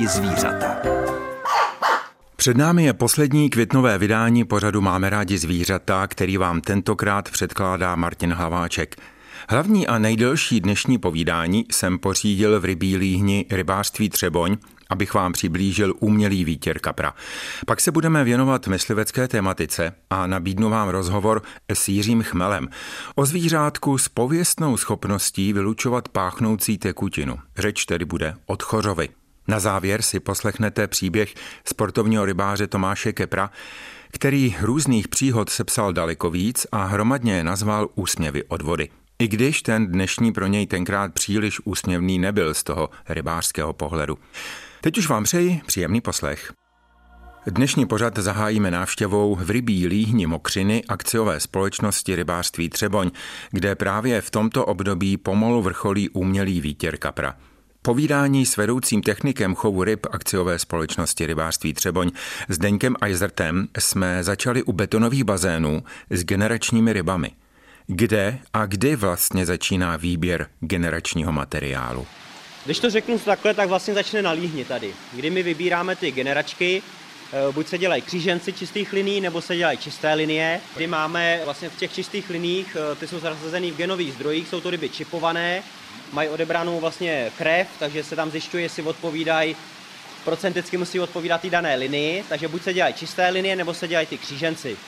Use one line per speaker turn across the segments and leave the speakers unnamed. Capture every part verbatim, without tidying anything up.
rádi zvířata.
Před námi je poslední květnové vydání pořadu Máme rádi zvířata, který vám tentokrát předkládá Martin Hlaváček. Hlavní a nejdelší dnešní povídání jsem pořídil v Rybí líhni Rybářství Třeboň, abych vám přiblížil umělý výtěr kapra. Pak se budeme věnovat myslivecké tematice a nabídnu vám rozhovor s Jiřím Chmelem o zvířátku s pověstnou schopností vylučovat páchnoucí tekutinu. Řeč tedy bude o tchořovi. Na závěr si poslechnete příběh sportovního rybáře Tomáše Kepra, který různých příhod sepsal daleko víc a hromadně je nazval Úsměvy od vody. I když ten dnešní pro něj tenkrát příliš úsměvný nebyl z toho rybářského pohledu. Teď už vám přeji příjemný poslech. Dnešní pořad zahájíme návštěvou v Rybí líhni Mokřiny akciové společnosti Rybářství Třeboň, kde právě v tomto období pomalu vrcholí umělý výtěr kapra. Povídání s vedoucím technikem chovu ryb akciové společnosti Rybářství Třeboň Zdeňkem Ajzrtem jsme začali u betonových bazénů s generačními rybami. Kde a kdy vlastně začíná výběr generačního materiálu?
Když to řeknu takhle, tak vlastně začne na líhni tady, kdy my vybíráme ty generačky, buď se dělají kříženci čistých linií, nebo se dělají čisté linie, kdy máme vlastně v těch čistých liních, ty jsou zařazený v genových zdrojích, jsou to ryby čipované, mají odebranou vlastně krev, takže se tam zjišťuje, jestli odpovídají, procenticky musí odpovídat té dané linii, takže buď se dělají čisté linie, nebo se dělají ty kříženci.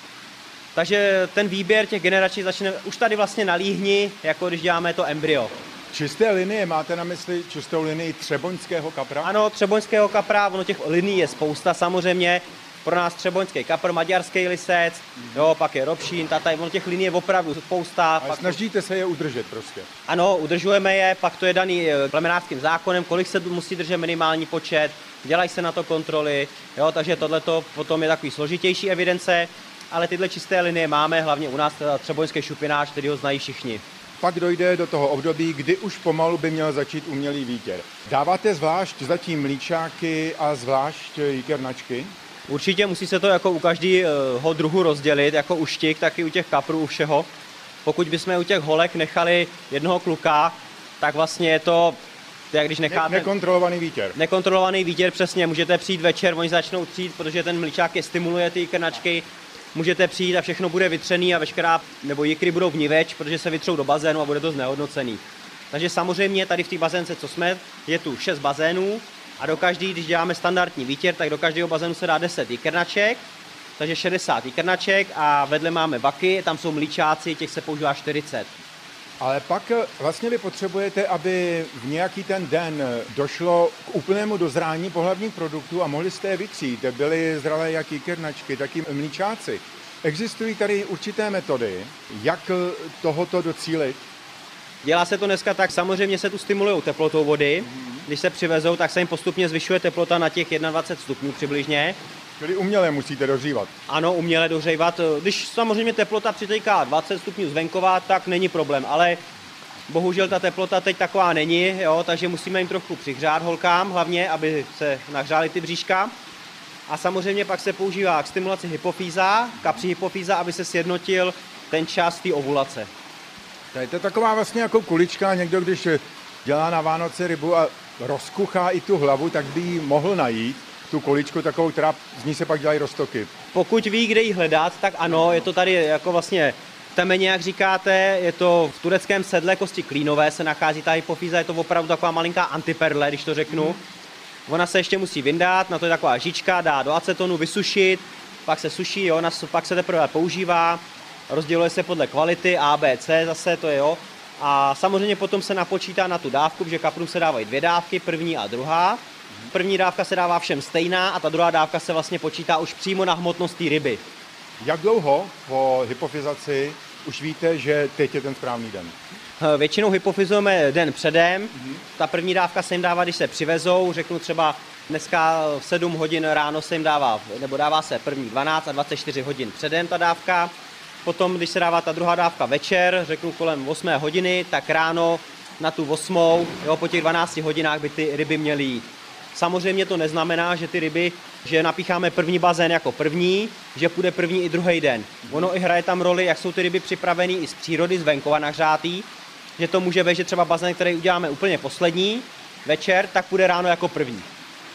Takže ten výběr těch generačních začne už tady vlastně na líhni, jako když děláme to embryo.
Čisté linie, máte na mysli čistou linii třeboňského kapra?
Ano, třeboňského kapra, ono těch linií je spousta samozřejmě. Pro nás třeboňský kapr, maďarský lisec, jo, pak je robšín, tataj, ono těch linií je opravdu spousta.
Ale
pak
snažíte se je udržet prostě?
Ano, udržujeme je, pak to je daný plemenářským zákonem, kolik se musí držet minimální počet, dělají se na to kontroly, jo, takže tohleto potom je takový složitější evidence, ale tyhle čisté linie máme, hlavně u nás teda třeboňský šupinář, který ho znají všichni.
Pak dojde do toho období, kdy už pomalu by měl začít umělý výtěr. Dáváte zvlášť zatím mlíčáky a zvlášť jikernačky?
Určitě musí se to jako u každého druhu rozdělit, jako u štik, tak i u těch kaprů, u všeho. Pokud bychom u těch holek nechali jednoho kluka, tak vlastně je to, jak když necháte...
Ne- nekontrolovaný výtěr.
Nekontrolovaný výtěr, přesně. Můžete přijít večer, oni začnou třít, protože ten mlíčák je stimuluje ty jikernačky. Můžete přijít a všechno bude vytřený a veškerá, nebo jikry budou vniveč, protože se vytřou do bazénu a bude to znehodnocený. Takže samozřejmě tady v té bazénce, co jsme, je tu šest bazénů a do každý, když děláme standardní výtěr, tak do každého bazénu se dá deset jikernaček, takže šedesát jikernaček a vedle máme baky, tam jsou mlíčáci, těch se používá čtyřicet.
Ale pak vlastně vy potřebujete, aby v nějaký ten den došlo k úplnému dozrání pohlavních produktů a mohli jste je vytřít. Byly zralé jak jikernačky, tak i mlíčáci. Existují tady určité metody, jak tohoto docílit?
Dělá se to dneska tak, samozřejmě se tu stimulují teplotou vody. Když se přivezou, tak se jim postupně zvyšuje teplota na těch dvacet jedna stupňů přibližně.
Čili uměle musíte dohřívat.
Ano, uměle dohřívat. Když samozřejmě teplota přitéká dvacet stupňů zvenkova, tak není problém, ale bohužel ta teplota teď taková není, jo, takže musíme jim trochu přihřát holkám, hlavně, aby se nahřály ty bříška. A samozřejmě pak se používá k stimulaci hypofýza, kapří hypofýza, aby se sjednotil ten čas té ovulace.
To je to taková vlastně jako kulička, někdo když dělá na Vánoce rybu a rozkuchá i tu hlavu, tak by ji mohl najít. Tu količku takovou, která z ní se pak dělají roztoky.
Pokud ví, kde ji hledat, tak ano, je to tady jako vlastně v temeně, jak říkáte, je to v tureckém sedle kosti klínové se nachází ta hypofýza, je to opravdu taková malinká antiperle, když to řeknu. Ona se ještě musí vyndat, na to je taková žička, dá do acetonu, vysušit, pak se suší, jo, pak se teprve používá, rozděluje se podle kvality A, B, C zase, to je jo. A samozřejmě potom se napočítá na tu dávku, protože kaprům se dávají dvě dávky, první a druhá. První dávka se dává všem stejná a ta druhá dávka se vlastně počítá už přímo na hmotnost té ryby.
Jak dlouho po hypofyzaci už víte, že teď je ten správný den?
Většinou hypofyzujeme den předem. Mm-hmm. Ta první dávka se jim dává, když se přivezou. Řeknu třeba dneska v sedm hodin ráno se jim dává, nebo dává se první dvanáct a dvacet čtyři hodin předem ta dávka. Potom, když se dává ta druhá dávka večer, řeknu kolem osmé hodiny, tak ráno na tu osmou, jo, po těch dvanácti hodinách by ty ryby měly jít. Samozřejmě to neznamená, že ty ryby, že napícháme první bazén jako první, že půjde první i druhý den. Ono i hraje tam roli, jak jsou ty ryby připravený i z přírody, z venkova nahřátý, že to může být, že třeba bazén, který uděláme úplně poslední večer, tak půjde ráno jako první.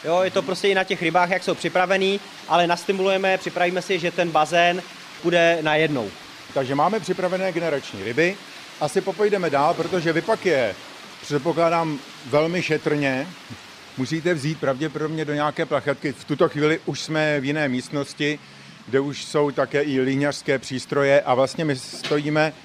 Jo, je to prostě i na těch rybách, jak jsou připravený, ale nastimulujeme, připravíme si, že ten bazén bude najednou.
Takže máme připravené generační ryby. Asi popojdeme dál, protože vy pak je, předpokládám, velmi šetrně musíte vzít pravděpodobně do nějaké plachetky. V tuto chvíli už jsme v jiné místnosti, kde už jsou také i líhňařské přístroje a vlastně my stojíme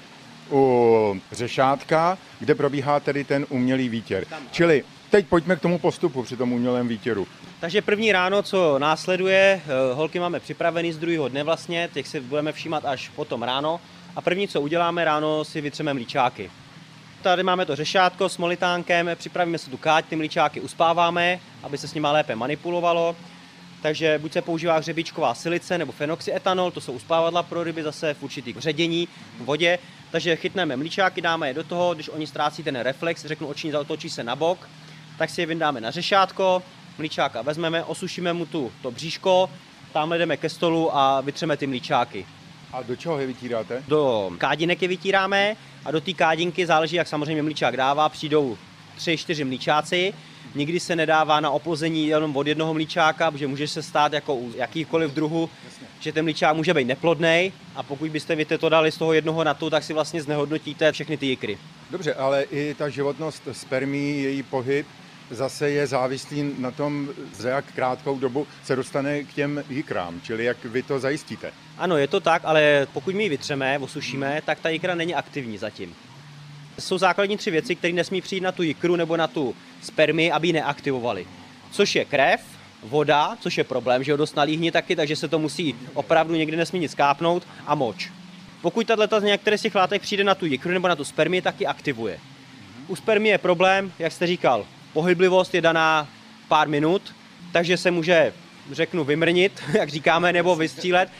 u řešátka, kde probíhá tedy ten umělý výtěr. Čili teď pojďme k tomu postupu při tom umělém výtěru.
Takže první ráno, co následuje, holky máme připravený z druhého dne vlastně, těch si budeme všímat až potom ráno. A první, co uděláme ráno, si vytřeme mlíčáky. Tady máme to řešátko s molitánkem, připravíme si tu káť, ty mlíčáky uspáváme, aby se s nimi lépe manipulovalo. Takže buď se používá hřebíčková silice nebo fenoxyetanol, to jsou uspávadla pro ryby zase v určitých ředění v vodě. Takže chytneme mlíčáky, dáme je do toho, když oni ztrácí ten reflex, řeknu oční, zatočí se na bok, tak si je vyndáme na řešátko, mlíčáka vezmeme, osušíme mu tu to bříško, tamhle jdeme ke stolu a vytřeme ty mlíčáky.
A do čeho je vytíráte?
Do kádinek je vytíráme a do té kádinky záleží, jak samozřejmě mlíčák dává, přijdou tři, čtyři mlíčáci. Nikdy se nedává na oplození jenom od jednoho mlíčáka, protože může se stát jako u jakýchkoliv druhu, Jasně. že ten mlíčák může být neplodnej a pokud byste vy to dali z toho jednoho na tu, tak si vlastně znehodnotíte všechny ty jikry.
Dobře, ale i ta životnost spermí, její pohyb zase je závislý na tom, za jak krátkou dobu se dostane k těm jikrám, čili jak vy to zajistíte.
Ano, je to tak, ale pokud my ji vytřeme, osušíme, tak ta jikra není aktivní zatím. Jsou základní tři věci, které nesmí přijít na tu jikru nebo na tu spermii, aby ji neaktivovali. Což je krev, voda, což je problém, že ho dost nalíhni taky, takže se to musí opravdu někdy nesmí nic kápnout, a moč. Pokud tato z některé z těch látek přijde na tu jikru nebo na tu spermii, tak ji aktivuje. U spermie je problém, jak jste říkal, pohyblivost je daná pár minut, takže se může, řeknu, vymrnit, jak říkáme, nebo vystřílet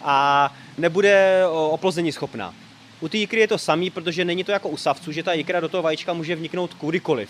a nebude oplození schopná. U té jikry je to samý, protože není to jako u savců, že ta jikra do toho vajíčka může vniknout kudykoliv.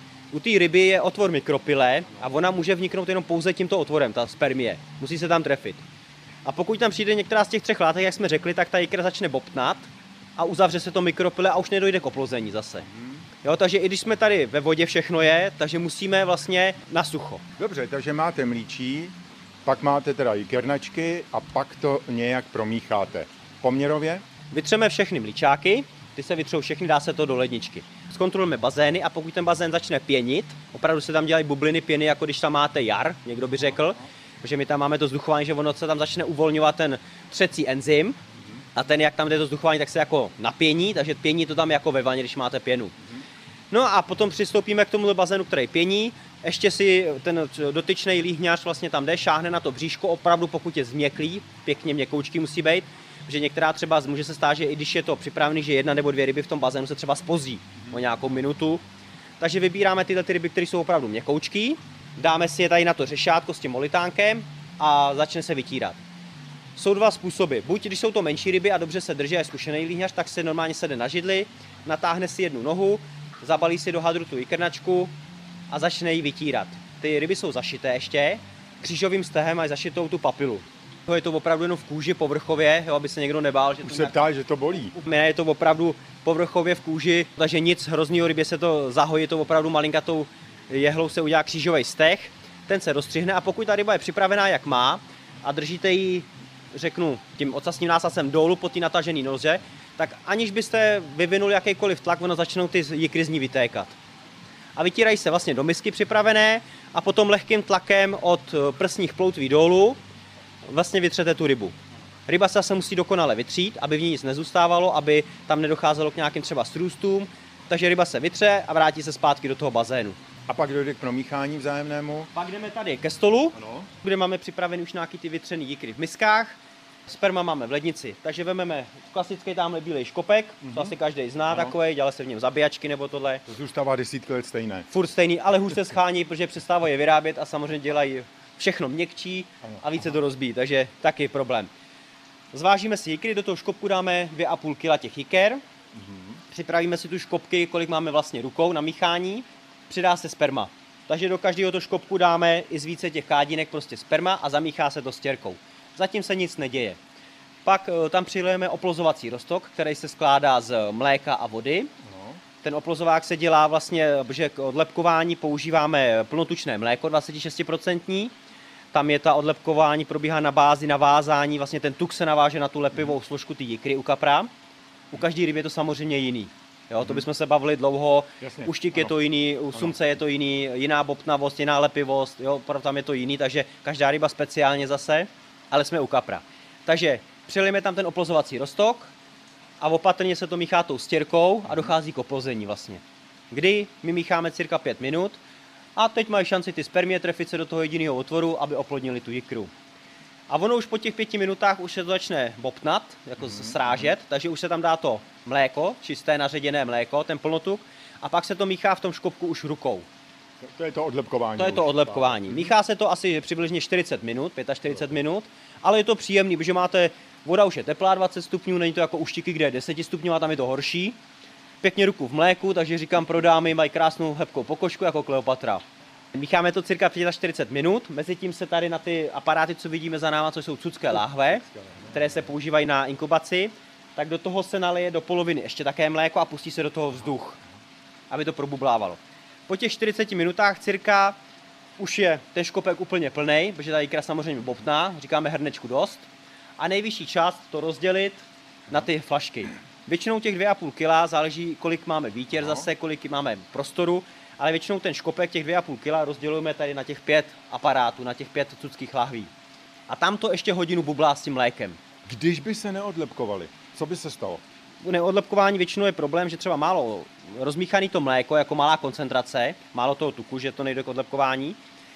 U té ryby je otvor mikropyle a ona může vniknout jenom pouze tímto otvorem, ta spermie. Musí se tam trefit. A pokud tam přijde některá z těch třech látek, jak jsme řekli, tak ta jikra začne bobtnat a uzavře se to mikropyle a už nedojde k oplození zase. Jo, takže i když jsme tady ve vodě, všechno je, takže musíme vlastně na sucho.
Dobře, takže máte mlíčí, pak máte teda jikernačky a pak to nějak promícháte. Poměrově?
Vytřeme všechny mlíčáky, ty se vytřou všechny, dá se to do ledničky. Zkontrolujeme bazény a pokud ten bazén začne pěnit, opravdu se tam dělají bubliny pěny, jako když tam máte jar, někdo by řekl, protože my tam máme to vzduchování, že ono se tam začne uvolňovat ten třecí enzym a ten, jak tam jde to vzduchování, tak se jako napění, takže pění to tam jako ve vaně, když máte pěnu. No a potom přistoupíme k tomu bazénu, který pění, ještě si ten dotyčný líhňař vlastně tam jde, šáhne na to bříško, opravdu pokud je změklý, pěkně měkoučký musí být, že některá třeba může se stát, že i když je to připravený, že jedna nebo dvě ryby v tom bazénu se třeba spozí o nějakou minutu. Takže vybíráme tyhle ty ryby, které jsou opravdu měkoučký, dáme si je tady na to řešátko s tím molitánkem a začne se vytírat. Jsou dva způsoby. Buď když jsou to menší ryby a dobře se drží a je zkušený líhňař, tak se normálně sede na židli, natáhne si jednu nohu, zabalí si do hadru tu jikrnačku a začne ji vytírat. Ty ryby jsou zašité ještě, křížovým stehem mají zašitou tu papilu. Je to opravdu jenom v kůži povrchově, jo, aby se někdo nebál. Že
Už
to
se ptá, že to bolí.
Ne, je to opravdu povrchově v kůži, takže nic hroznýho, rybě se to zahojí, to opravdu malinkatou jehlou se udělá křížový steh, ten se rozstřihne a pokud ta ryba je připravená jak má a držíte ji, řeknu, tím ocasním násazem dolů po té natažené noze, tak aniž byste vyvinuli jakýkoliv tlak, ono začnou ty jikry z ní vytékat. A vytírají se vlastně do misky připravené a potom lehkým tlakem od prsních ploutví dolů vlastně vytřete tu rybu. Ryba se zase musí dokonale vytřít, aby v ní nic nezůstávalo, aby tam nedocházelo k nějakým třeba srůstům. Takže ryba se vytře a vrátí se zpátky do toho bazénu.
A pak dojde k promíchání vzájemnému?
Pak jdeme tady ke stolu,
Ano.
kde máme připravený už nějaký ty vytřený jikry v miskách. Sperma máme v lednici, takže vezmeme klasický tamhle bílej škopek, mm-hmm. to asi každý zná takovej, dělá se v něm zabíjačky nebo tohle.
To zůstává desítky let stejné.
Furt stejný, ale hůř se schání, protože přestávají je vyrábět a samozřejmě dělají všechno měkčí a více to rozbíjí, takže taky problém. Zvážíme si jikry, do toho škopku dáme dvě a půl kila těch jiker, mm-hmm. připravíme si tu škopky, kolik máme vlastně rukou na míchání, přidá se sperma. Takže do každého toho škopku dáme i z více těch kádinek prostě sperma a zamíchá se to stěrkou. Zatím se nic neděje. Pak tam přilijeme oplozovací roztok, který se skládá z mléka a vody. Ten oplozovák se dělá vlastně, že k odlepkování používáme plnotučné mléko dvacet šest procent. Tam je ta odlepkování, probíhá na bázi navázání, vlastně ten tuk se naváže na tu lepivou složku ty jikry u kapra. U každé ryby je to samozřejmě jiný. Jo, to bychom se bavili dlouho,
Jasně,
u štik
ano.
je to jiný, u sumce je to jiný, jiná bobtnavost, jiná lepivost, jo, opravdu tam je to jiný, takže každá ryba speciálně zase, ale jsme u kapra. Takže přelijeme tam ten oplozovací roztok a opatrně se to míchá tou stěrkou a dochází k oplození vlastně. Kdy my mícháme cirka pět minut a teď mají šanci ty spermie trefit se do toho jediného otvoru, aby oplodnili tu jikru. A ono už po těch pěti minutách už se to začne bobtnat, jako mm-hmm. srážet, takže už se tam dá to mléko, čisté naředěné mléko, ten plnotuk, a pak se to míchá v tom škopku už rukou.
To je to odlepkování.
To je to odlepkování. Míchá se to asi přibližně čtyřicet minut, čtyřicet pět minut, ale je to příjemný, protože máte, voda už je teplá dvacet stupňů, není to jako u štiky, kde je deset stupňů a tam je to horší. Pěkně ruku v mléku, takže říkám pro dámy, mají krásnou hebkou pokožku jako Kleopatra. Mícháme to cirka čtyřicet pět minut, mezitím se tady na ty aparáty, co vidíme za náma, což jsou cucké láhve, které se používají na inkubaci, tak do toho se nalije do poloviny ještě také mléko a pustí se do toho vzduch, aby to probublávalo. Po těch čtyřiceti minutách cirka už je ten škopek úplně plný, protože ta jikra samozřejmě bobtná, říkáme hrnečku dost, a nejvyšší čas to rozdělit na ty flašky. Většinou těch dvě a půl kila, záleží, kolik máme výtěr zase, kolik máme prostoru, ale většinou ten škopek těch dvě a půl kila rozdělujeme tady na těch pět aparátů, na těch pět cuckých lahví. A tam to ještě hodinu bublá s tím mlékem.
Když by se neodlepkovali, co by se stalo?
U neodlepkování většinou je problém, že třeba málo rozmíchaný to mléko, jako malá koncentrace, málo toho tuku, že to nejde k odlepkování.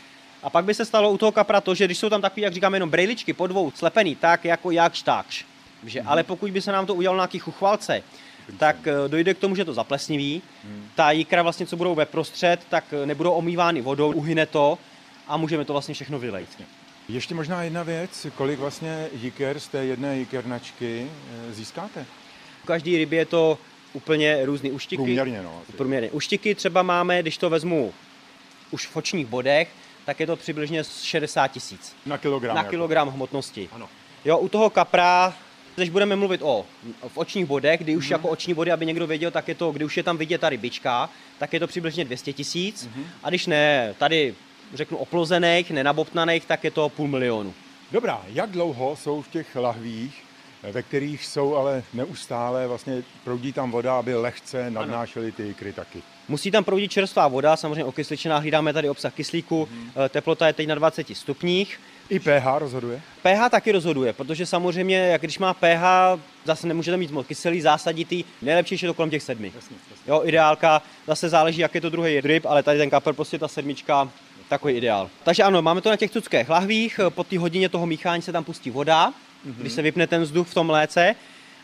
A pak by se stalo u toho kapra to, že když jsou tam takový, jak říkáme, jenom brejličky po dvou slepený, tak jako jakž takž. Že, mm. Ale pokud by se nám to udělalo na nějaký chuchvalce, tak dojde k tomu, že to zaplesniví. Hmm. Ta jikra vlastně, co budou ve prostřed, tak nebudou omývány vodou, uhyne to a můžeme to vlastně všechno vylejt.
Ještě možná jedna věc, kolik vlastně jiker z té jedné jikernačky získáte?
U každý ryby je to úplně různý. U štiky,
průměrně, no.
Průměrně. U štiky třeba máme, když to vezmu už v očních bodech, tak je to přibližně šedesát tisíc.
Na kilogram.
Na
jako.
kilogram hmotnosti.
Ano.
Jo, u toho kapra, když budeme mluvit o v očních bodech, kdy už mm. jako oční body, aby někdo věděl, tak je to, kdy už je tam vidět ta rybička, tak je to přibližně dvě stě tisíc. Mm. A když ne, tady řeknu oplozených, nenabobtnaných, tak je to půl milionu.
Dobrá, jak dlouho jsou v těch lahvích, ve kterých jsou ale neustále, vlastně proudí tam voda, aby lehce nadnášely ty jikry taky?
Musí tam proudit čerstvá voda, samozřejmě okysličená, hlídáme tady obsah kyslíku, mm. teplota je teď na dvaceti stupních.
I pH rozhoduje?
pH taky rozhoduje, protože samozřejmě, jak když má pH, zase nemůžete mít moc kyselý, zásaditý, nejlepší je to kolem těch sedmi.
Jasně, jasně.
Jo, ideálka, zase záleží, jak je to druhý ryb, ale tady ten kapr, prostě ta sedmička, takový ideál. Takže ano, máme to na těch cuckých lahvích, po té hodině toho míchání se tam pustí voda, mm-hmm. když se vypne ten vzduch v tom mléce.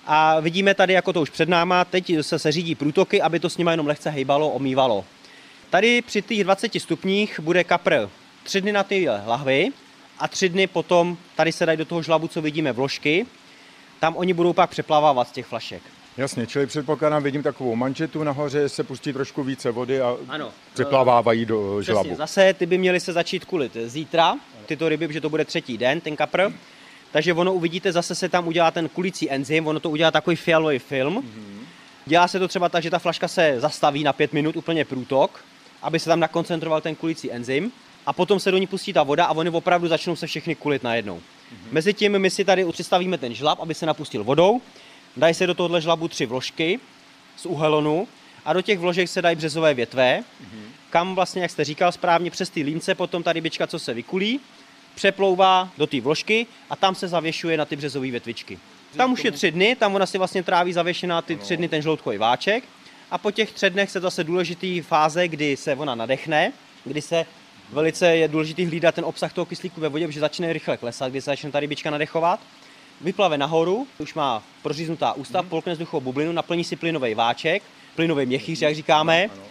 A vidíme tady, jako to už před náma, teď se seřídí průtoky, aby to s nimi jenom lehce hejbalo, omývalo. Tady při těch dvaceti stupních bude kapr tři dny na ty lahvy a tři dny potom tady se dají do toho žlabu, co vidíme, vložky. Tam oni budou pak přeplavávat z těch flašek.
Jasně, čili předpokládám, vidím takovou manžetu nahoře, se pustí trošku více vody a
ano,
přeplavávají do
přesně,
žlabu.
Zase ty by měly se začít kulit zítra, tyto ryby, protože to bude třetí den, ten kapr. Takže ono uvidíte, zase se tam udělá ten kulicí enzym, ono to udělá takový fialový film. Mm-hmm. Dělá se to třeba tak, že ta flaška se zastaví na pět minut, úplně průtok, aby se tam nakoncentroval ten kulicí enzym. A potom se do ní pustí ta voda a oni opravdu začnou se všechny kulit najednou. Mm-hmm. Mezitím my si tady přistavíme ten žlab, aby se napustil vodou. Dají se do tohohle žlabu tři vložky z uhelonu a do těch vložek se dají březové větve, mm-hmm. kam vlastně, jak jste říkal správně, přes ty límce potom ta rybička, co se vykulí, přeplouvá do té vložky a tam se zavěšuje na ty březové větvičky. Tam už je tři dny, tam ona si vlastně tráví zavěšená ty tři dny ten žloutkový váček a po těch třech dnech se zase důležitý fáze, kdy se ona nadechne, kdy se velice je důležitý hlídat ten obsah toho kyslíku ve vodě, protože začne rychle klesat, kdy se začne ta rybička nadechovat. Vyplave nahoru, už má proříznutá ústa, mm. polkne vzduchovou bublinu, naplní si plynový váček, plynový měchýř, jak říkáme, ano, ano.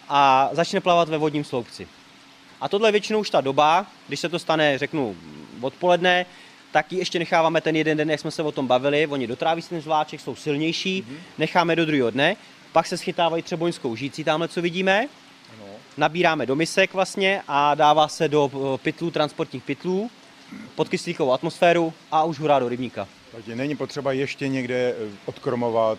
a začne plavat ve vodním sloupci. A tohle je většinou už ta doba, když se to stane, řeknu, odpoledne, tak ji ještě necháváme ten jeden den, jak jsme se o tom bavili, oni dotráví si ten žláček, jsou silnější, mm-hmm. necháme do druhého dne, pak se schytávají třeboňskou žící, tamhle co vidíme, ano. Nabíráme do misek vlastně a dává se do pytlů, transportních pytlů, pod kyslíkovou atmosféru a už hurá do rybníka.
Takže není potřeba ještě někde odkrmovat,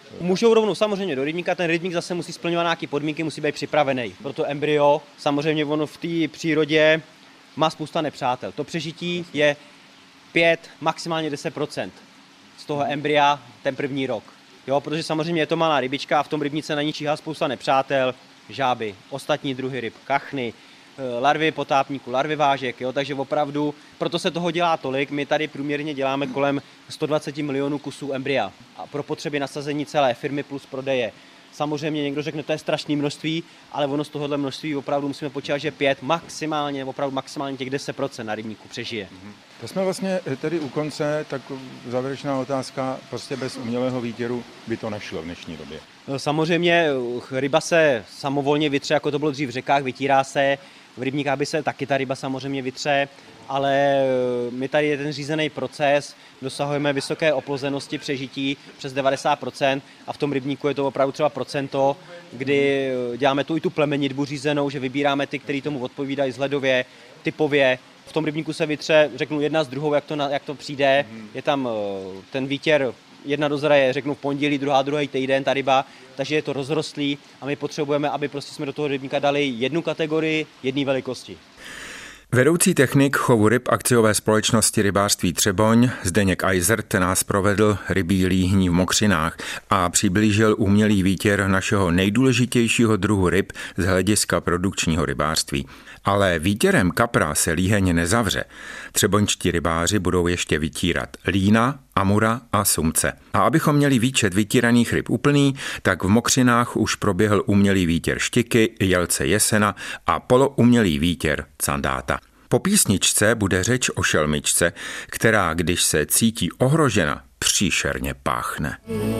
Můžou rovnou samozřejmě do rybníka, ten rybník zase musí splňovat nějaké podmínky, musí být připravený. Proto embryo, samozřejmě ono v té přírodě má spousta nepřátel. To přežití je pět, maximálně deset procent z toho embrya ten první rok. Jo, protože samozřejmě je to malá rybička a v tom rybníce na ní číhá spousta nepřátel, žáby, ostatní druhy ryb, kachny, larvy potápníků, larvy vážek, jo, takže opravdu proto se toho dělá tolik. My tady průměrně děláme kolem sto dvacet milionů kusů embrya a pro potřeby nasazení celé firmy plus prodeje. Samozřejmě někdo řekne, to je strašné množství, ale ono z tohohle množství opravdu musíme počítat, že pět, maximálně, opravdu maximálně těch deset procent na rybníku přežije.
To jsme vlastně tady u konce, tak závěrečná otázka, prostě bez umělého výtěru by to nešlo v dnešní době.
Samozřejmě ryba se samovolně vytře, jako to bylo dřív v řekách, vytírá se, v rybníkách by se taky ta ryba samozřejmě vytře, ale my tady je ten řízený proces, dosahujeme vysoké oplozenosti přežití přes devadesát procent a v tom rybníku je to opravdu třeba procento, kdy děláme tu i tu plemenitbu řízenou, že vybíráme ty, který tomu odpovídají vzhledově, typově. V tom rybníku se vytře, řeknu, jedna z druhou, jak to, jak to přijde, je tam ten výtěr, jedna dozraje, řeknu v pondělí, druhá druhý týden ta ryba, takže je to rozrostlý a my potřebujeme, aby prostě jsme do toho rybníka dali jednu kategorii, jedné velikosti.
Vedoucí technik chovu ryb akciové společnosti Rybářství Třeboň Zdeněk Eisert nás provedl rybí líhní v mokřinách a přiblížil umělý výtěr našeho nejdůležitějšího druhu ryb z hlediska produkčního rybářství. Ale výtěrem kapra se líheň nezavře. Třeboňští rybáři budou ještě vytírat lína, amura a sumce. A abychom měli výčet vytíraných ryb úplný, tak v mokřinách už proběhl umělý výtěr štiky, jelce jesena a poloumělý výtěr candáta. Po písničce bude řeč o šelmičce, která, když se cítí ohrožena, příšerně páchne.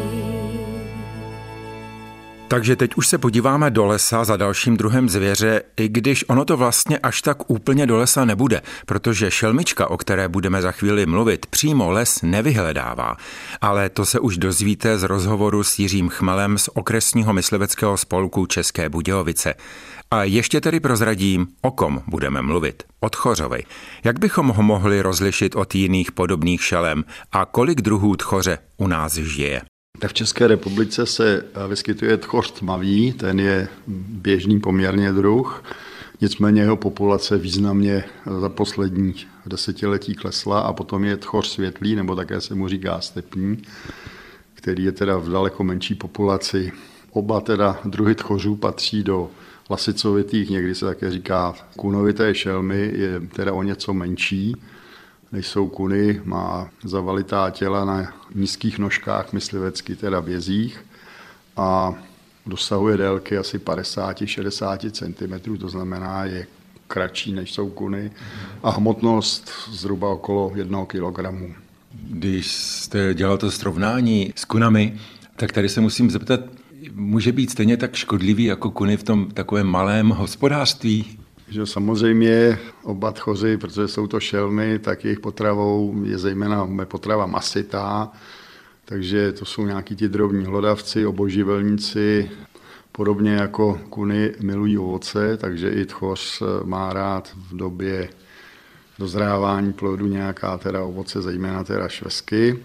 Takže teď už se podíváme do lesa za dalším druhem zvěře, i když ono to vlastně až tak úplně do lesa nebude, protože šelmička, o které budeme za chvíli mluvit, přímo les nevyhledává. Ale to se už dozvíte z rozhovoru s Jiřím Chmelem z okresního mysliveckého spolku České Budějovice. A ještě tedy prozradím, o kom budeme mluvit. O tchořovi. Jak bychom ho mohli rozlišit od jiných podobných šelem a kolik druhů tchoře u nás žije?
V České republice se vyskytuje tchoř tmavý, ten je běžný poměrně druh, nicméně jeho populace významně za poslední desetiletí klesla a potom je tchoř světlý, nebo také se mu říká stepní, který je teda v daleko menší populaci. Oba teda druhy tchořů patří do lasicovitých, někdy se také říká kunovité šelmy, je teda o něco menší, než jsou kuny, má zavalitá těla na nízkých nožkách, myslivecky teda vězích a dosahuje délky asi padesát až šedesát centimetrů, to znamená je kratší než jsou kuny a hmotnost zhruba okolo jednoho kilogramu.
Když jste dělal to srovnání s kunami, tak tady se musím zeptat, může být stejně tak škodlivý jako kuny v tom takovém malém hospodářství?
Že samozřejmě oba tchoři, protože jsou to šelmy, tak jejich potravou je zejména potrava masitá, takže to jsou nějaký ti drobní hlodavci, oboživelníci, podobně jako kuny milují ovoce, takže i tchoř má rád v době dozrávání plodu nějaká teda ovoce, zejména teda švesky.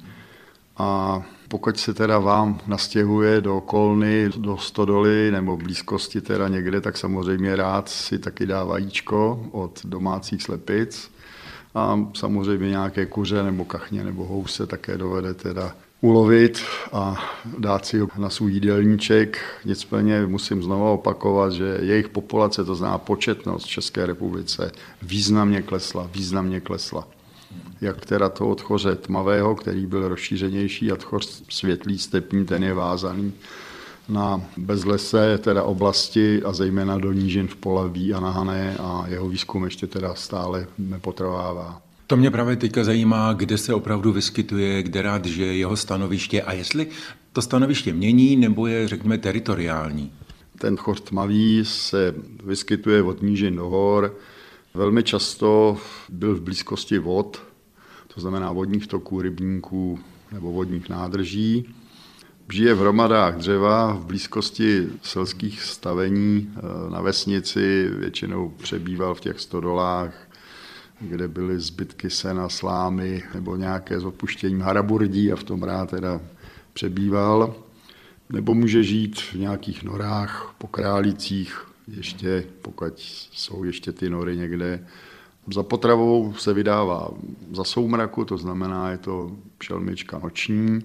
A pokud se teda vám nastěhuje do kolny, do stodoly nebo blízkosti teda někde, tak samozřejmě rád si taky dá vajíčko od domácích slepic a samozřejmě nějaké kuře nebo kachně nebo house také dovede teda ulovit a dát si ho na svůj jídelníček. Nicméně musím znovu opakovat, že jejich populace, to znamená početnost v České republice, významně klesla, významně klesla. Jak teda toho tchoře tmavého, který byl rozšířenější, a tchoř světlý stepní, ten je vázaný na bezlesé teda oblasti a zejména do nížin v Polaví a na Hané a jeho výzkum ještě teda stále nepotrvává.
To mě právě teďka zajímá, kde se opravdu vyskytuje, kde rád žije jeho stanoviště a jestli to stanoviště mění nebo je, řekněme, teritoriální.
Ten tchoř tmavý se vyskytuje od nížin do hor. Velmi často byl v blízkosti vod, to znamená vodních toků, rybníků nebo vodních nádrží. Žije v hromadách dřeva v blízkosti selských stavení. Na vesnici většinou přebýval v těch stodolách, kde byly zbytky sena, slámy nebo nějaké s odpuštěním haraburdí a v tom rád teda přebýval. nebo může žít v nějakých norách, po Králících, ještě, pokud jsou ještě ty nory někde. Za potravou se vydává za soumraku, to znamená, je to šelmička noční.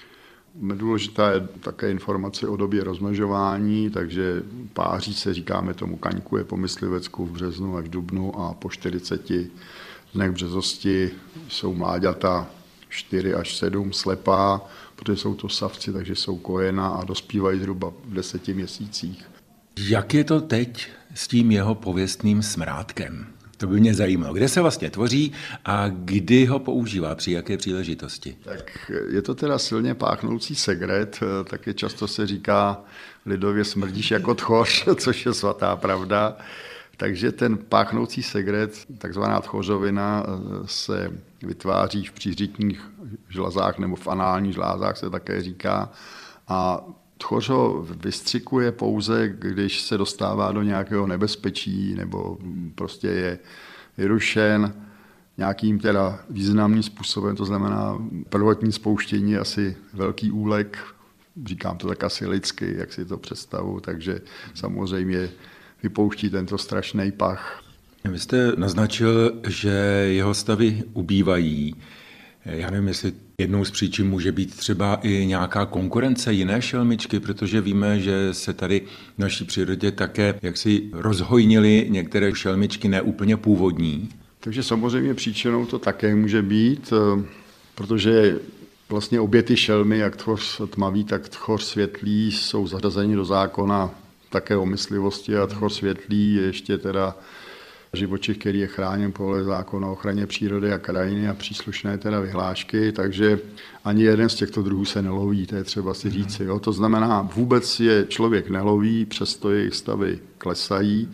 Důležitá je také informace o době rozmnožování, takže páří se, říkáme tomu kaňkuje po myslivecku v březnu až dubnu a po čtyřiceti dnech březosti jsou mláďata čtyři až sedm slepá, protože jsou to savci, takže jsou kojena a dospívají zhruba v deseti měsících.
Jak je to teď s tím jeho pověstným smrádkem? To by mě zajímalo. Kde se vlastně tvoří a kdy ho používá, při jaké příležitosti?
Tak je to teda silně páchnoucí segret, taky často se říká lidově smrdíš jako tchoř, což je svatá pravda. Takže ten páchnoucí segret, takzvaná tchořovina, se vytváří v přířitních žlazách nebo v análních žlázách se také říká. A tchoř ho vystřikuje pouze, když se dostává do nějakého nebezpečí nebo prostě je vyrušen nějakým teda významným způsobem, to znamená prvotní spouštění je asi velký úlek, říkám to tak asi lidsky, jak si to představu, takže samozřejmě vypouští tento strašný pach.
Vy jste naznačil, že jeho stavy ubývají. Já nevím, jestli jednou z příčin může být třeba i nějaká konkurence jiné šelmičky, protože víme, že se tady v naší přírodě také jaksi rozhojnily některé šelmičky neúplně původní.
Takže samozřejmě příčinou to také může být, protože vlastně obě ty šelmy, jak tchoř tmavý, tak tchoř světlý, jsou zařazeni do zákona také o myslivosti a tchoř světlý je ještě teda živočich, který je chráněn podle zákona o ochraně přírody a krajiny a příslušné teda vyhlášky, takže ani jeden z těchto druhů se neloví, to je třeba si říci. Jo. To znamená, vůbec je člověk neloví, přesto jejich stavy klesají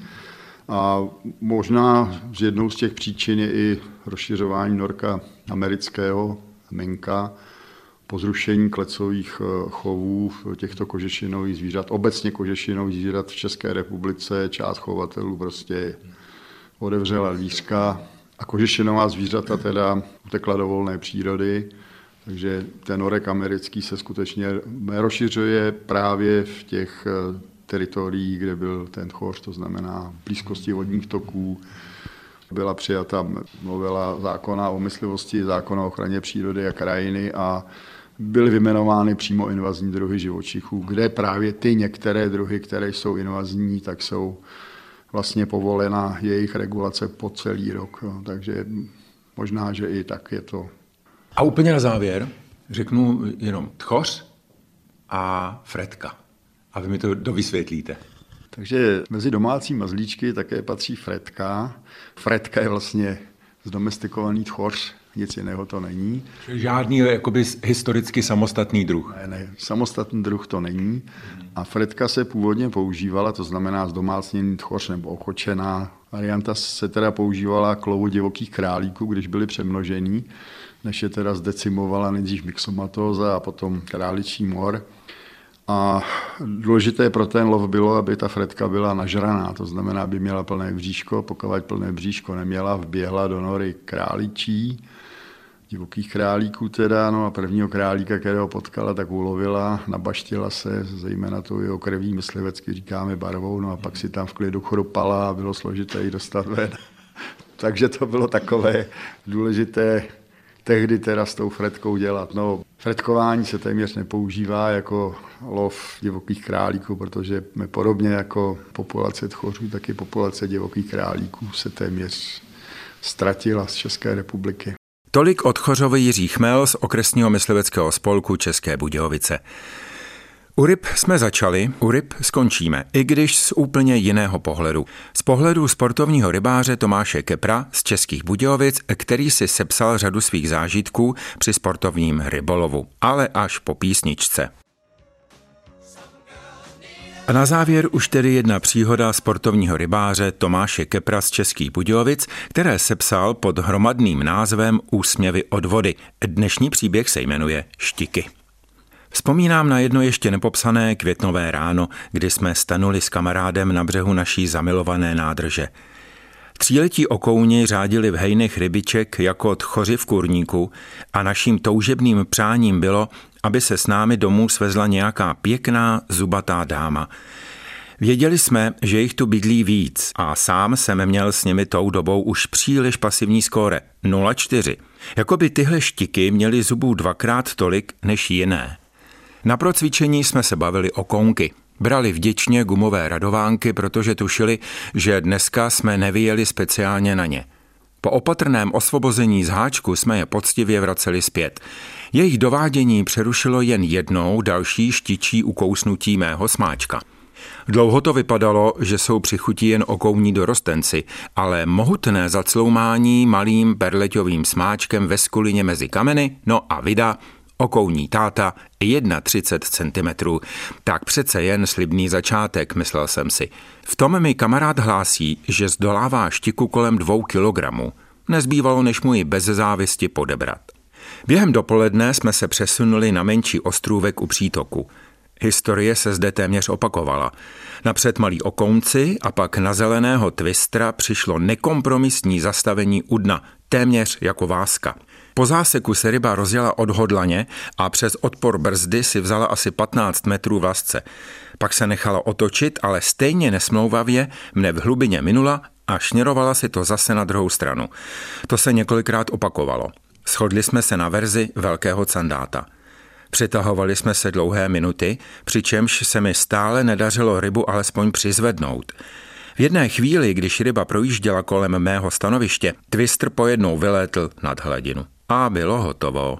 a možná z jednou z těch příčin je i rozšiřování norka amerického, minka, po zrušení klecových chovů těchto kožešinových zvířat, obecně kožešinových zvířat v České republice, část chovatelů prostě odevřela dvířka a kožešinová zvířata teda utekla do volné přírody, takže ten norek americký se skutečně rozšiřuje právě v těch teritoriích, kde byl ten tchoř, to znamená v blízkosti vodních toků. Byla přijata novela zákona o myslivosti, zákona o ochraně přírody a krajiny a byly vyjmenovány přímo invazní druhy živočichů, kde právě ty některé druhy, které jsou invazní, tak jsou vlastně povolena jejich regulace po celý rok. Jo. Takže možná, že i tak je to.
A úplně na závěr řeknu jenom tchoř a fretka. A vy mi to dovysvětlíte.
Takže mezi domácí mazlíčky také patří fretka. Fretka je vlastně zdomestikovaný tchoř, nic jiného to není.
Žádný jakoby historicky samostatný druh.
Ne, ne, samostatný druh to není. A fretka se původně používala, to znamená zdomácněný tchoř nebo ochočená. Varianta se teda používala k lovu divokých králíků, když byly přemnožený, než je teda zdecimovala nejdřív myxomatóza a potom králičí mor. A důležité pro ten lov bylo, aby ta fretka byla nažraná, to znamená, aby měla plné bříško, pokud plné bříško neměla, vběhla do nory králičí, divokých králíků teda, no a prvního králíka, kterého potkala, tak ulovila, nabaštila se, zejména tou jeho krví myslivecky říkáme barvou, no a pak si tam v klidu chrupala a bylo složité ji dostat ven. Takže to bylo takové důležité tehdy teda s tou fretkou dělat. No, fretkování se téměř nepoužívá jako lov divokých králíků, protože podobně jako populace tchořů, tak i populace divokých králíků se téměř ztratila z České republiky.
Tolik od Tchořovi Jiří Chmel z okresního mysliveckého spolku České Budějovice. U ryb jsme začali, u ryb skončíme, i když z úplně jiného pohledu. Z pohledu sportovního rybáře Tomáše Kepra z Českých Budějovic, který si sepsal řadu svých zážitků při sportovním rybolovu, ale až po písničce. A na závěr už tedy jedna příhoda sportovního rybáře Tomáše Kepra z Českých Budějovic, které sepsal pod hromadným názvem Úsměvy od vody. Dnešní příběh se jmenuje Štiky. Vzpomínám na jedno ještě nepopsané květnové ráno, kdy jsme stanuli s kamarádem na břehu naší zamilované nádrže. Tříletí okouni řádili v hejnech rybiček jako tchoři v kurníku a naším toužebným přáním bylo, aby se s námi domů svezla nějaká pěkná zubatá dáma. Věděli jsme, že jich tu bydlí víc a sám jsem měl s nimi tou dobou už příliš pasivní skóre nula čtyři. Jakoby tyhle štiky měly zubů dvakrát tolik než jiné. Na procvičení jsme se bavili o kounky. Brali vděčně gumové radovánky, protože tušili, že dneska jsme nevyjeli speciálně na ně. Po opatrném osvobození z háčku jsme je poctivě vraceli zpět. Jejich dovádění přerušilo jen jednou další štičí ukousnutí mého smáčka. Dlouho to vypadalo, že jsou při chuti jen okouní dorostenci, ale mohutné zacloumání malým perleťovým smáčkem ve skulině mezi kameny, no a vida, okouní táta třicet jedna centimetrů. Tak přece jen slibný začátek, myslel jsem si. V tom mi kamarád hlásí, že zdolává štiku kolem dvou kilogramů. Nezbývalo, než mu ji bez závisti podebrat. Během dopoledne jsme se přesunuli na menší ostrůvek u přítoku. Historie se zde téměř opakovala. Napřed malí okounci a pak na zeleného twistra přišlo nekompromisní zastavení u dna, téměř jako váska. Po záseku se ryba rozjela odhodlaně a přes odpor brzdy si vzala asi patnáct metrů vlasce. Pak se nechala otočit, ale stejně nesmlouvavě mne v hlubině minula a šněrovala si to zase na druhou stranu. To se několikrát opakovalo. Shodli jsme se na verzi velkého candáta. Přitahovali jsme se dlouhé minuty, přičemž se mi stále nedařilo rybu alespoň přizvednout. V jedné chvíli, když ryba projížděla kolem mého stanoviště, twistr pojednou vylétl nad hladinu. A bylo hotovo.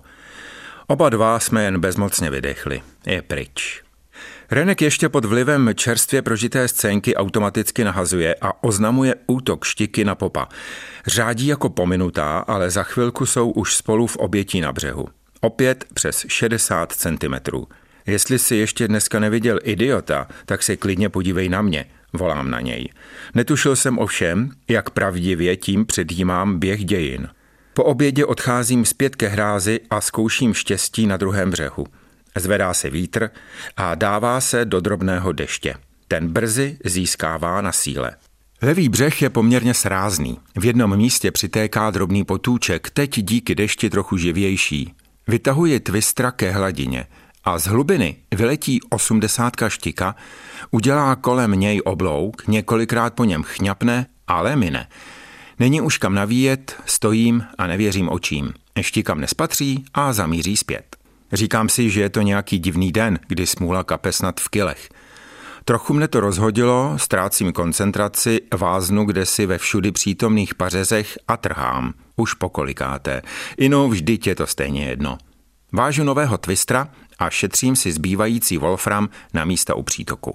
Oba dva jsme jen bezmocně vydechli. Je pryč. Renek ještě pod vlivem čerstvě prožité scénky automaticky nahazuje a oznamuje útok štiky na popa. Řádí jako pominutá, ale za chvilku jsou už spolu v obětí na břehu. Opět přes šedesát centimetrů. Jestli si ještě dneska neviděl idiota, tak se klidně podívej na mě, volám na něj. Netušil jsem ovšem, jak pravdivě tím předjímám běh dějin. Po obědě odcházím zpět ke hrázi a zkouším štěstí na druhém břehu. Zvedá se vítr a dává se do drobného deště. Ten brzy získává na síle. Levý břeh je poměrně srázný. V jednom místě přitéká drobný potůček, teď díky dešti trochu živější. Vytahuji twistra ke hladině a z hlubiny vyletí osmdesátka štika, udělá kolem něj oblouk, několikrát po něm chňapne, ale mine. Není už kam navíjet, stojím a nevěřím očím. Štikam nespatří a zamíří zpět. Říkám si, že je to nějaký divný den, kdy smůla kape snad v kilech. Trochu mne to rozhodilo, ztrácím koncentraci, váznu kdesi ve všudy přítomných pařezech a trhám. Už pokolikáté. Ino vždyť je to stejně jedno. Vážu nového twistra a šetřím si zbývající wolfram na místa u přítoku.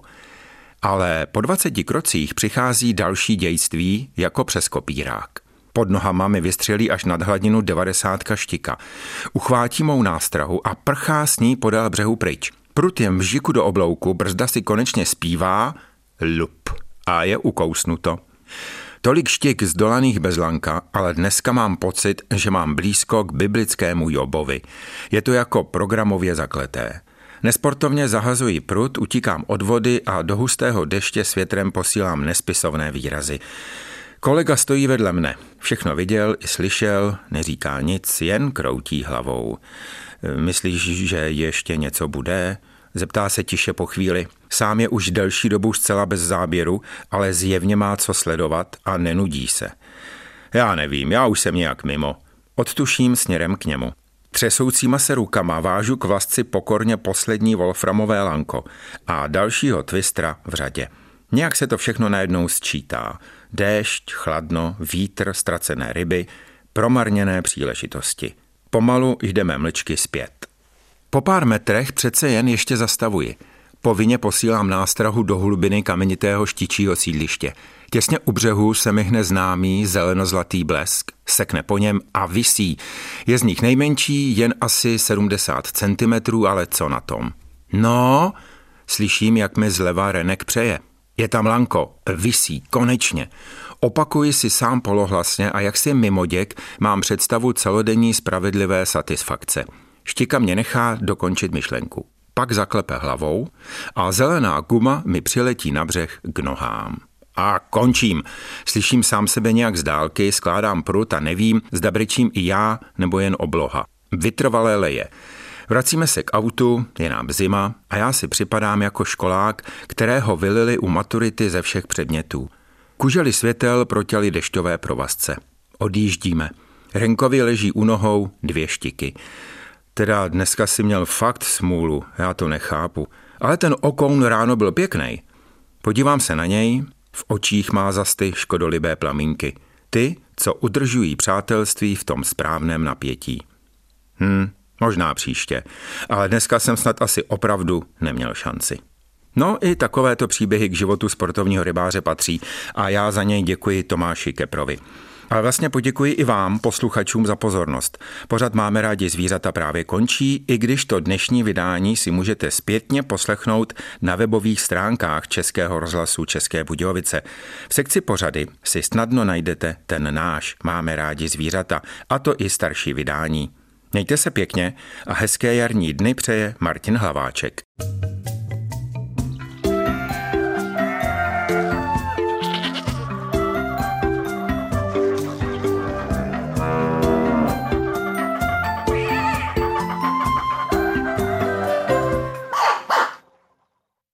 Ale po dvaceti krocích přichází další dějství jako přes kopírák. Pod nohama mi vystřelí až nad hladinu devadesátka štika. Uchvátí mou nástrahu a prchá s ní podél břehu pryč. Prut jen vžiku do oblouku, brzda si konečně zpívá lup a je ukousnuto. Tolik štik zdolaných bez lanka, ale dneska mám pocit, že mám blízko k biblickému Jobovi. Je to jako programově zakleté. Nesportovně zahazuji prut, utíkám od vody a do hustého deště s větrem posílám nespisovné výrazy. Kolega stojí vedle mne. Všechno viděl i slyšel, neříká nic, jen kroutí hlavou. Myslíš, že ještě něco bude? Zeptá se tiše po chvíli. Sám je už delší dobu zcela bez záběru, ale zjevně má co sledovat a nenudí se. Já nevím, já už jsem nějak mimo. Odtuším směrem k němu. Třesoucíma se rukama vážu k vlasci pokorně poslední wolframové lanko a dalšího twistra v řadě. Nějak se to všechno najednou sčítá. Déšť, chladno, vítr, ztracené ryby, promarněné příležitosti. Pomalu jdeme mlčky zpět. Po pár metrech přece jen ještě zastavuji. Povinně posílám nástrahu do hlubiny kamenitého štičího sídliště. Těsně u břehu se mi hne známý zelenozlatý blesk, sekne po něm a visí. Je z nich nejmenší, jen asi sedmdesát centimetrů, ale co na tom? No, slyším, jak mi zleva Renek přeje. Je tam lanko, visí, konečně. Opakuji si sám polohlasně a jak si mimoděk mám představu celodenní spravedlivé satisfakce. Štika mě nechá dokončit myšlenku. Pak zaklepe hlavou a zelená guma mi přiletí na břeh k nohám. A končím. Slyším sám sebe nějak z dálky, skládám prut a nevím, zda brečím i já nebo jen obloha. Vytrvalé leje. Vracíme se k autu, je nám zima a já si připadám jako školák, kterého vylili u maturity ze všech předmětů. Kužely světel protěly dešťové provazce. Odjíždíme. Renkovi leží u nohou dvě štiky. Teda dneska si měl fakt smůlu, já to nechápu. Ale ten okoun ráno byl pěknej. Podívám se na něj, v očích má zas ty škodolibé plamínky. Ty, co udržují přátelství v tom správném napětí. Hm, možná příště, ale dneska jsem snad asi opravdu neměl šanci. No i takovéto příběhy k životu sportovního rybáře patří a já za něj děkuji Tomáši Keprovi. Ale vlastně poděkuji i vám, posluchačům, za pozornost. Pořad Máme rádi zvířata právě končí, i když to dnešní vydání si můžete zpětně poslechnout na webových stránkách Českého rozhlasu České Budějovice. V sekci pořady si snadno najdete ten náš Máme rádi zvířata, a to i starší vydání. Mějte se pěkně a hezké jarní dny přeje Martin Hlaváček.